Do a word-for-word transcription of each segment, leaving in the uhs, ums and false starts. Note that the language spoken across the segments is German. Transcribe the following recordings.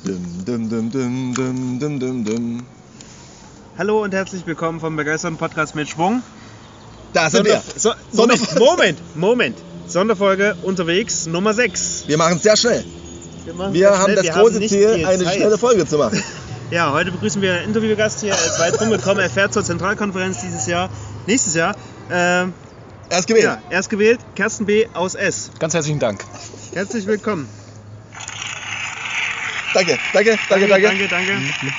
Dum, dum, dum, dum, dum, dum, dum, dum. Hallo und herzlich willkommen vom begeisterten Podcast mit Schwung. Da sind Sonder- wir. So, Moment, Moment, Moment. Sonderfolge unterwegs Nummer sechs. Wir machen es sehr schnell. Wir, machen Wir sehr haben schnell. das Wir große nicht Ziel, viel eine Zeit. schnelle Folge zu machen. Ja, heute begrüßen wir einen Interviewgast hier. Er ist weit rumgekommen. Er fährt zur Zentralkonferenz dieses Jahr, nächstes Jahr. Ähm, Er ist gewählt. ja, er ist gewählt. Kersten B. aus S. Ganz herzlichen Dank. Herzlich willkommen. Danke, danke, danke, danke. Danke, danke.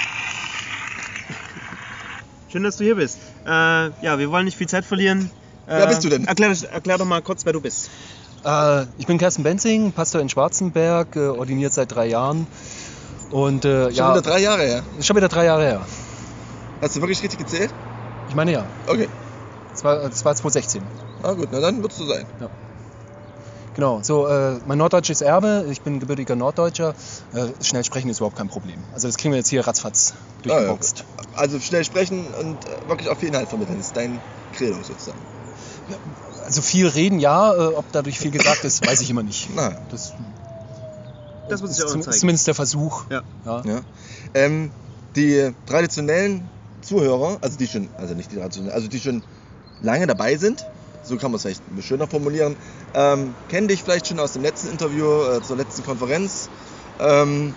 Schön, dass du hier bist. Äh, ja, wir wollen nicht viel Zeit verlieren. Äh, Wer bist du denn? Erklär, erklär doch mal kurz, wer du bist. Äh, ich bin Kersten Benzing, Pastor in Schwarzenberg, äh, ordiniert seit drei Jahren. Und äh, Schon ja, wieder drei Jahre her. ist schon wieder drei Jahre her. Hast du wirklich richtig gezählt? Ich meine ja, Okay. es war, es war zwanzig sechzehn. Na gut, na dann wird es so sein. Genau, so äh, mein norddeutsches Erbe, ich bin gebürtiger Norddeutscher, äh, schnell sprechen ist überhaupt kein Problem. Also das kriegen wir jetzt hier ratzfatz durchgeboxt. Ah, ja. Also schnell sprechen und äh, wirklich auch viel Inhalt vermitteln. Das ist dein Credo sozusagen. Also viel reden, ja, äh, ob dadurch viel gesagt ist, weiß ich immer nicht. Na. Das, Das wird sich auch ist zum- zeigen. ist zumindest der Versuch. Ja. Ja. Ja. Ähm, die traditionellen Zuhörer, also die schon, also nicht die traditionellen, also die schon lange dabei sind, so kann man es vielleicht ein bisschen schöner formulieren, ähm, kennen dich vielleicht schon aus dem letzten Interview, äh, zur letzten Konferenz. Ähm,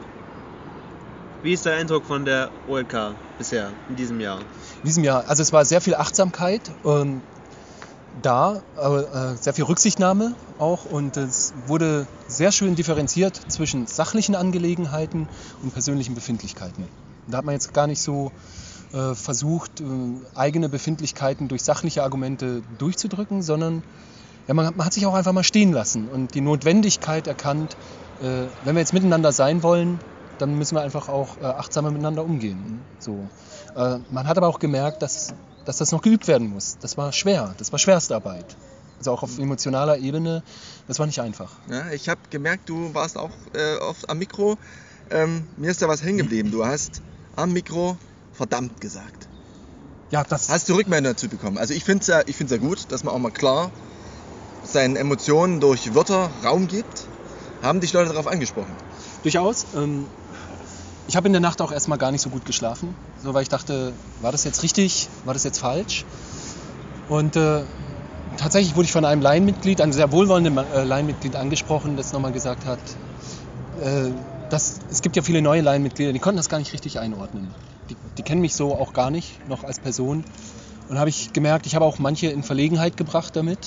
Wie ist der Eindruck von der O L K bisher in diesem Jahr? In diesem Jahr, also es war sehr viel Achtsamkeit ähm, da, äh, sehr viel Rücksichtnahme auch, und es wurde sehr schön differenziert zwischen sachlichen Angelegenheiten und persönlichen Befindlichkeiten. Und da hat man jetzt gar nicht so äh, versucht, äh, eigene Befindlichkeiten durch sachliche Argumente durchzudrücken, sondern ja, man, hat- man hat sich auch einfach mal stehen lassen und die Notwendigkeit erkannt, äh, wenn wir jetzt miteinander sein wollen, dann müssen wir einfach auch äh, achtsamer miteinander umgehen. So. Äh, man hat aber auch gemerkt, dass, dass das noch geübt werden muss. Das war schwer, das war Schwerstarbeit. Also auch auf emotionaler Ebene, das war nicht einfach. ja, ich habe gemerkt, du warst auch äh, oft am Mikro. Ähm, mir ist da was hängen geblieben. Du hast am Mikro verdammt gesagt. Ja, das Hast du Rückmeldung dazu bekommen? Also ich finde es ja, ich find's ja gut, dass man auch mal klar seinen Emotionen durch Wörter Raum gibt. Haben dich Leute darauf angesprochen? durchaus. Ähm, ich habe in der Nacht auch erstmal gar nicht so gut geschlafen, so, weil ich dachte, war das jetzt richtig, war das jetzt falsch? Und äh, tatsächlich wurde ich von einem Laienmitglied, einem sehr wohlwollenden äh, Laienmitglied angesprochen, das nochmal gesagt hat, äh, dass, es gibt ja viele neue Laienmitglieder, die konnten das gar nicht richtig einordnen. Die, die kennen mich so auch gar nicht, noch als Person. Und habe ich gemerkt, ich habe auch manche in Verlegenheit gebracht damit.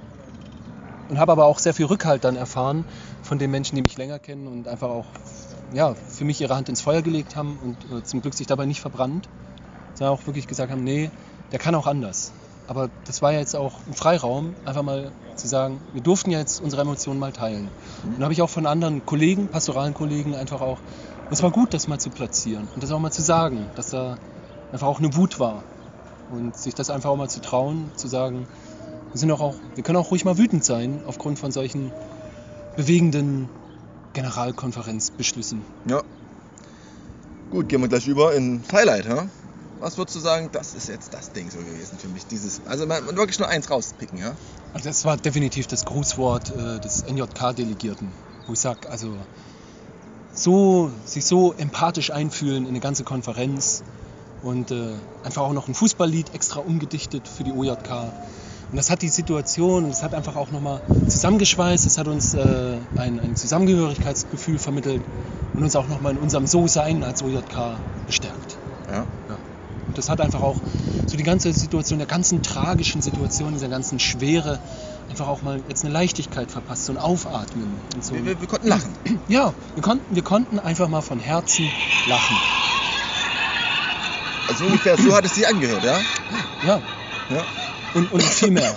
Und habe aber auch sehr viel Rückhalt dann erfahren von den Menschen, die mich länger kennen und einfach auch ja, für mich ihre Hand ins Feuer gelegt haben und äh, zum Glück sich dabei nicht verbrannt, sondern auch wirklich gesagt haben, nee, der kann auch anders. Aber das war ja jetzt auch ein Freiraum, einfach mal zu sagen, wir durften ja jetzt unsere Emotionen mal teilen. Und da habe ich auch von anderen Kollegen, pastoralen Kollegen, einfach auch, es war gut, das mal zu platzieren und das auch mal zu sagen, dass da einfach auch eine Wut war. Und sich das einfach auch mal zu trauen, zu sagen, wir sind doch auch, wir können auch ruhig mal wütend sein aufgrund von solchen bewegenden Generalkonferenzbeschlüssen. Ja. Gut, gehen wir gleich über ins Highlight, ha? Was würdest du sagen, das ist jetzt das Ding so gewesen für mich? Dieses, also man, man wirklich nur eins rauspicken, ja? Also das war definitiv das Grußwort äh, des N J K-Delegierten, wo ich sage, also so, sich so empathisch einfühlen in eine ganze Konferenz und äh, einfach auch noch ein Fußballlied extra umgedichtet für die O J K. Und das hat die Situation, das hat einfach auch nochmal zusammengeschweißt, das hat uns äh, ein, ein Zusammengehörigkeitsgefühl vermittelt und uns auch nochmal in unserem So-Sein als O J K bestärkt. Ja. Ja. Und das hat einfach auch so die ganze Situation, der ganzen tragischen Situation, dieser ganzen Schwere, einfach auch mal jetzt eine Leichtigkeit verpasst, so ein Aufatmen. Und so. Wir, wir, wir konnten lachen. Ja, wir konnten, wir konnten einfach mal von Herzen lachen. Also ungefähr so hat es sich angehört, ja? Ja, Ja. und, und viel mehr.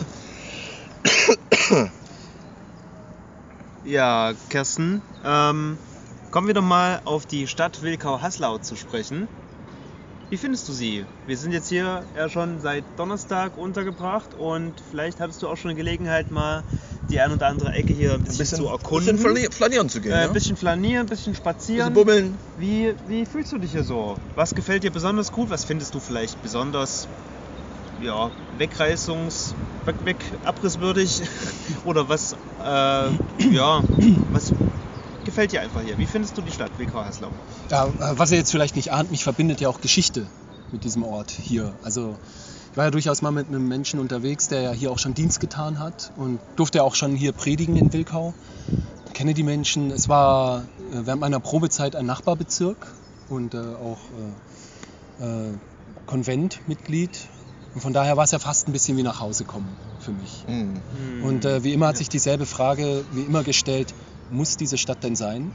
Ja, Kersten, ähm, kommen wir doch mal auf die Stadt Wilkau-Haslau zu sprechen. Wie findest du sie? Wir sind jetzt hier ja schon seit Donnerstag untergebracht und vielleicht hattest du auch schon Gelegenheit, mal die ein oder andere Ecke hier ein bisschen, Ein bisschen, zu erkunden. bisschen flani- flanieren zu gehen, Äh, ja? ein bisschen flanieren, ein bisschen spazieren. bisschen bubbeln. Wie, wie fühlst du dich hier so? Was gefällt dir besonders gut? Was findest du vielleicht besonders ja, wegreißungs-, weg, weg, abrisswürdig? Oder was, äh, ja, was gefällt dir einfach hier? Wie findest du die Stadt Wilkau-Haslau? Ja, was ihr jetzt vielleicht nicht ahnt, mich verbindet ja auch Geschichte mit diesem Ort hier. Also ich war ja durchaus mal mit einem Menschen unterwegs, der ja hier auch schon Dienst getan hat und durfte ja auch schon hier predigen in Wilkau. Ich kenne die Menschen. Es war während meiner Probezeit ein Nachbarbezirk und äh, auch äh, äh, Konventmitglied. Und von daher war es ja fast ein bisschen wie nach Hause kommen für mich. Mhm. Und äh, wie immer hat sich dieselbe Frage wie immer gestellt, muss diese Stadt denn sein?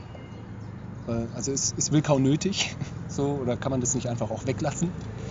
Äh, also ist, ist Wilkau nötig? So, oder kann man das nicht einfach auch weglassen?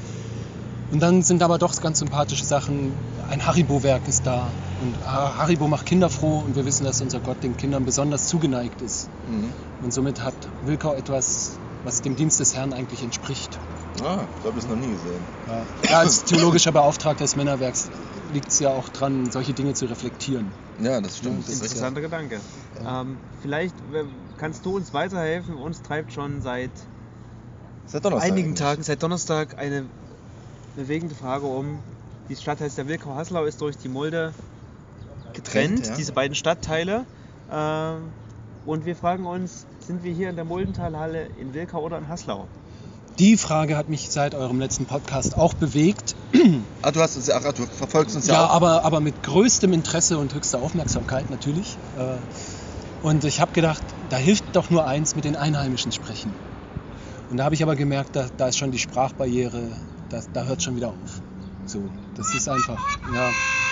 Und dann sind aber doch ganz sympathische Sachen. Ein Haribo-Werk ist da. Und Haribo macht Kinder froh und wir wissen, dass unser Gott den Kindern besonders zugeneigt ist. Mhm. Und somit hat Wilkau etwas, was dem Dienst des Herrn eigentlich entspricht. Ah, ich habe das noch nie gesehen. Ja, ja, als theologischer Beauftragter des Männerwerks liegt es ja auch dran, solche Dinge zu reflektieren. Ja, das stimmt. Das ist Interessanter Gedanke. Ja. Ähm, vielleicht äh, kannst du uns weiterhelfen. Uns treibt schon seit Seit Donnerstag einigen eigentlich. Tagen, seit Donnerstag, eine bewegende Frage um. Die Stadt heißt ja Wilkau-Haslau, ist durch die Mulde getrennt, Getrennt, ja. diese beiden Stadtteile. Ähm, und wir fragen uns, sind wir hier in der Muldentalhalle in Wilkau oder in Haslau? Die Frage hat mich seit eurem letzten Podcast auch bewegt. Ah, du hast uns ja, ach, du verfolgst uns ja, Ja, auch. aber, aber mit größtem Interesse und höchster Aufmerksamkeit natürlich. Äh, Und ich habe gedacht, da hilft doch nur eins, mit den Einheimischen sprechen. Und da habe ich aber gemerkt, da, da ist schon die Sprachbarriere, da, da hört schon wieder auf. So, das ist einfach, ja,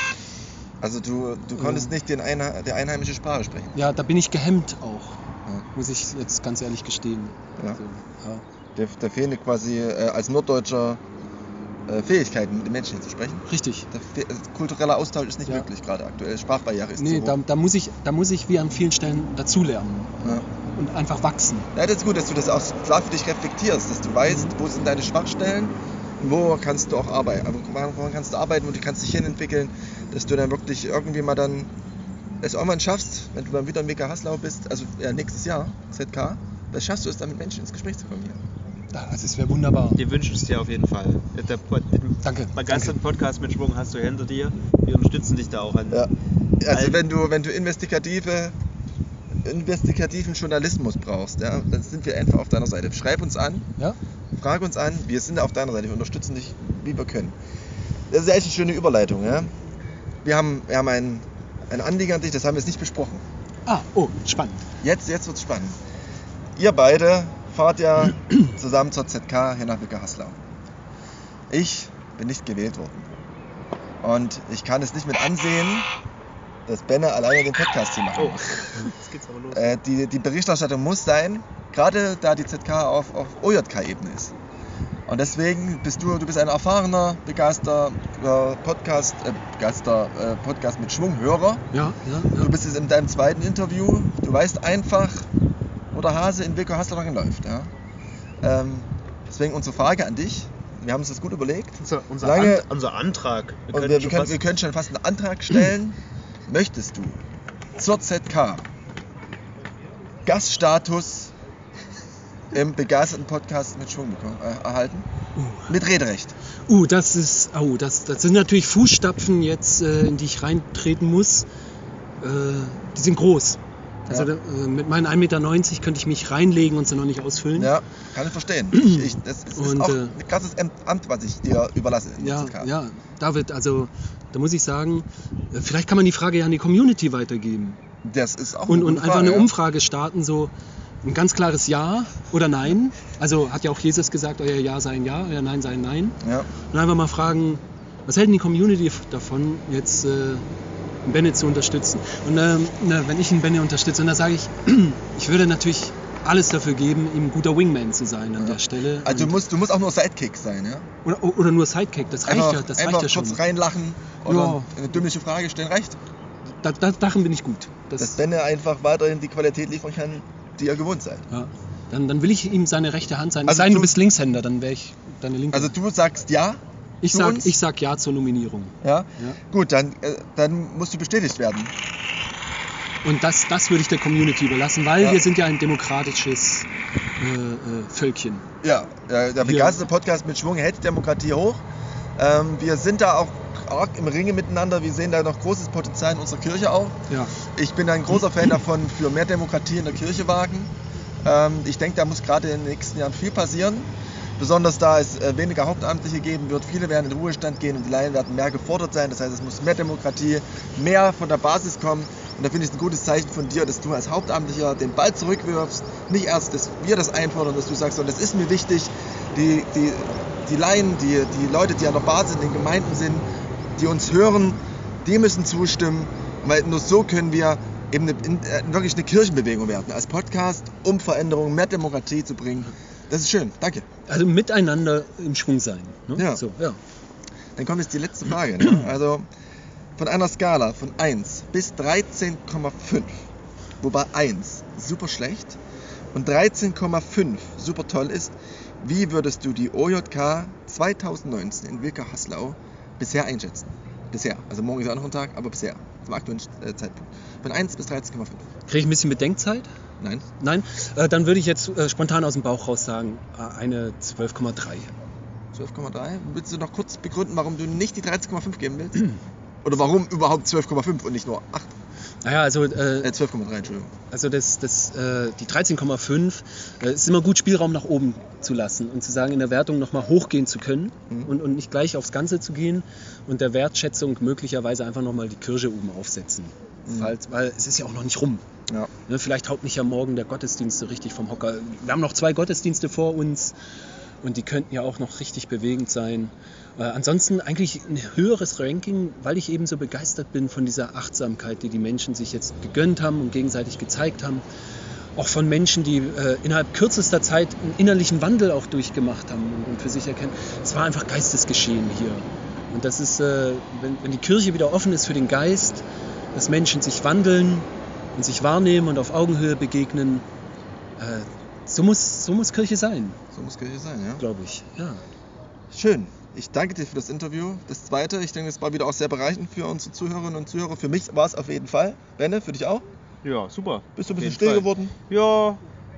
Also du, du konntest nicht den Einha- die einheimische Sprache sprechen. ja, da bin ich gehemmt auch, Ja. muss ich jetzt ganz ehrlich gestehen. Ja. Also, ja. Da, da fehlen dir quasi äh, als Norddeutscher äh, Fähigkeiten, mit den Menschen hier zu sprechen. Richtig. Der fe- also kultureller Austausch ist nicht Ja. möglich gerade aktuell. Sprachbarriere ist Nee, zu da, hoch. da, muss ich, da muss ich wie an vielen Stellen dazulernen Ja. und einfach wachsen. Ja, das ist gut, dass du das auch klar für dich reflektierst, dass du weißt, wo sind deine Schwachstellen, wo kannst du auch arbeiten, also woran kannst du arbeiten, wo du kannst dich hinentwickeln, dass du dann wirklich irgendwie mal dann es irgendwann schaffst, wenn du dann wieder in Wilkau-Haslau bist, also ja, nächstes Jahr, Z K, das schaffst du es dann mit Menschen ins Gespräch zu kommen hier. Ja, also es wäre wunderbar. Wir wünschen es dir auf jeden Fall. Der, den Danke. begeisterten Podcast mit Schwung hast du hinter dir. Wir unterstützen dich da auch an. Ja. Also Allen- wenn du, wenn du investigative, investigativen Journalismus brauchst, ja, dann sind wir einfach auf deiner Seite. Schreib uns an, Ja? frag uns an, wir sind auf deiner Seite, wir unterstützen dich, wie wir können. Das ist echt eine schöne Überleitung. Ja? Wir haben, wir haben ein, ein Anliegen an dich, das haben wir jetzt nicht besprochen. Ah, oh, spannend. Jetzt, jetzt wird es spannend. Ihr beide fahrt ja zusammen zur Z K hier nach Wilkau-Haslau. Ich bin nicht gewählt worden. Und ich kann es nicht mit ansehen, dass Benne alleine den Podcast hier machen Oh, muss. jetzt geht's aber los. Äh, die, die Berichterstattung muss sein, gerade da die Z K auf, auf O J K-Ebene ist. Und deswegen bist du, du bist ein erfahrener, begeisterter äh, Podcast, äh, begeisterter äh, Podcast mit Schwunghörer. Ja, ja, ja. Du bist jetzt in deinem zweiten Interview, du weißt einfach, wo der Hase in Wilkau-Haslau lang läuft. Ja? Ähm, deswegen unsere Frage an dich, wir haben uns das gut überlegt. Unser, unser, Lange- Ant, unser Antrag. Wir Und können wir, wir, schon können, fast- wir können schon fast einen Antrag stellen. Möchtest du zur Z K Gaststatus im begeisterten Podcast mit Schwung bekommen, äh, erhalten? Mit Rederecht. Uh, das ist, oh, das, das sind natürlich Fußstapfen jetzt, äh, in die ich reintreten muss. Äh, die sind groß. Also Ja. da, äh, mit meinen ein Meter neunzig könnte ich mich reinlegen und sie noch nicht ausfüllen. Ja, kann ich verstehen. Ich, ich, das ist Und, auch äh, ein krasses Amt, was ich dir überlasse in der Ja, Z K. ja, David, also da muss ich sagen, äh, vielleicht kann man die Frage ja an die Community weitergeben. Das ist auch Und, eine und gute einfach Frage, eine ja. Umfrage starten, so ein ganz klares Ja oder Nein. Also hat ja auch Jesus gesagt, euer Ja sei ein Ja, euer Nein sei ein Nein. Ja. Und einfach mal fragen, was hält denn die Community f- davon, jetzt äh, einen Benne zu unterstützen? Und ähm, na, wenn ich einen Benne unterstütze, und da sage ich, ich würde natürlich alles dafür geben, ihm ein guter Wingman zu sein an Ja. der Stelle. Also du Und- musst, du musst auch nur Sidekick sein, ja? oder, oder nur Sidekick, das reicht Einfach, ja, das einfach reicht ja schon. kurz reinlachen oder Ja. eine dümmliche Frage stellen, reicht. Da, da, darin bin ich gut. Das, Dass Benne einfach weiterhin die Qualität liefern kann, die ihr gewohnt seid. ja. dann, dann will ich ihm seine rechte Hand sein. Es Also sei denn, du- du bist Linkshänder, dann wäre ich deine linke. Also du sagst ja, ich, zu sag, uns? ich sag Ja zur Nominierung. ja? Ja. Gut, dann, äh, dann musst du bestätigt werden. Und das, das würde ich der Community überlassen, weil Ja. wir sind ja ein demokratisches äh, äh, Völkchen. Ja, äh, der begeisterte Podcast mit Schwung hält die Demokratie hoch. Ähm, wir sind da auch arg im Ringe miteinander. Wir sehen da noch großes Potenzial in unserer Kirche auch. Ja. Ich bin ein großer Fan davon, für mehr Demokratie in der Kirche wagen. Ähm, ich denke, da muss gerade in den nächsten Jahren viel passieren. Besonders da es äh, weniger Hauptamtliche geben wird. Viele werden in den Ruhestand gehen und die Laien werden mehr gefordert sein. Das heißt, es muss mehr Demokratie, mehr von der Basis kommen. Und da finde ich es ein gutes Zeichen von dir, dass du als Hauptamtlicher den Ball zurückwirfst. Nicht erst, dass wir das einfordern, dass du sagst, sondern das ist mir wichtig. Die, die, die Laien, die, die Leute, die an der Basis in den Gemeinden sind, die uns hören, die müssen zustimmen. Weil nur so können wir eben eine, in, äh, wirklich eine Kirchenbewegung werden. Als Podcast, um Veränderungen, mehr Demokratie zu bringen. Das ist schön, danke. Also miteinander im Schwung sein. Ne? Ja. So, ja. Dann kommt jetzt die letzte Frage. Ne? Also von einer Skala von eins bis dreizehn Komma fünf, wobei eins super schlecht und dreizehn Komma fünf super toll ist, wie würdest du die O J K zwanzig neunzehn in Wilkau-Haslau bisher einschätzen? Bisher, also morgen ist auch noch ein Tag, aber bisher, zum aktuellen äh, Zeitpunkt. Von eins bis dreizehn Komma fünf. Kriege ich ein bisschen Bedenkzeit? Nein? Nein? Äh, dann würde ich jetzt äh, spontan aus dem Bauch raus sagen, äh, eine zwölf Komma drei. zwölf Komma drei? Willst du noch kurz begründen, warum du nicht die dreizehn Komma fünf geben willst? Oder warum überhaupt zwölf Komma fünf und nicht nur acht? Naja, also, äh, Äh, zwölf Komma drei, Entschuldigung. also das, das, äh, die dreizehn Komma fünf äh, ist immer gut, Spielraum nach oben zu lassen und zu sagen, in der Wertung nochmal hochgehen zu können Mhm. und, und nicht gleich aufs Ganze zu gehen und der Wertschätzung möglicherweise einfach nochmal die Kirsche oben aufsetzen. Mhm. Falls, weil es ist ja auch noch nicht rum. Ja. Ne, vielleicht haut mich ja morgen der Gottesdienst so richtig vom Hocker. Wir haben noch zwei Gottesdienste vor uns und die könnten ja auch noch richtig bewegend sein. Äh, ansonsten eigentlich ein höheres Ranking, weil ich eben so begeistert bin von dieser Achtsamkeit, die die Menschen sich jetzt gegönnt haben und gegenseitig gezeigt haben. Auch von Menschen, die äh, innerhalb kürzester Zeit einen innerlichen Wandel auch durchgemacht haben und, und für sich erkennen. Es war einfach Geistesgeschehen hier. Und das ist, äh, wenn, wenn die Kirche wieder offen ist für den Geist, dass Menschen sich wandeln und sich wahrnehmen und auf Augenhöhe begegnen, äh, so muss, so muss Kirche sein, So muss Kirche sein, ja. glaube ich. Ja. Schön. Ich danke dir für das Interview. Das zweite, ich denke, es war wieder auch sehr bereichernd für unsere Zuhörerinnen und Zuhörer. Für mich war es auf jeden Fall. Benne, für dich auch? Ja, super. Bist du ein Auf bisschen jeden still Fall. geworden? Ja,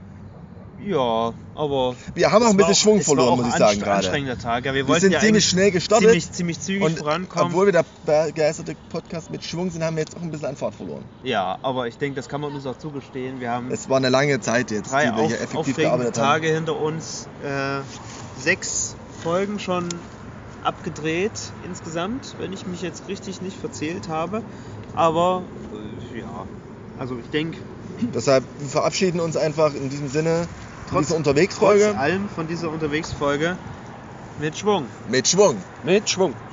ja, aber... Wir haben auch ein es war bisschen Schwung es war verloren, auch muss ich ein sagen, anstre- gerade. anstrengender Tag. Ja, wir Wir wollten sind ja ziemlich eigentlich schnell gestartet. ziemlich, ziemlich zügig Und vorankommen. obwohl wir der begeisterte Podcast mit Schwung sind, haben wir jetzt auch ein bisschen an Fahrt verloren. Ja, aber ich denke, das kann man uns auch zugestehen. Wir haben Es war eine lange Zeit jetzt, drei die wir auf, hier effektiv aufregende gearbeitet Tage haben. hinter uns. Äh, sechs Folgen schon abgedreht insgesamt, wenn ich mich jetzt richtig nicht verzählt habe. Aber äh, ja, also ich denke, Deshalb wir verabschieden uns einfach in diesem Sinne von trotz, dieser Unterwegsfolge trotz allem von dieser Unterwegsfolge mit Schwung. mit Schwung. Mit Schwung.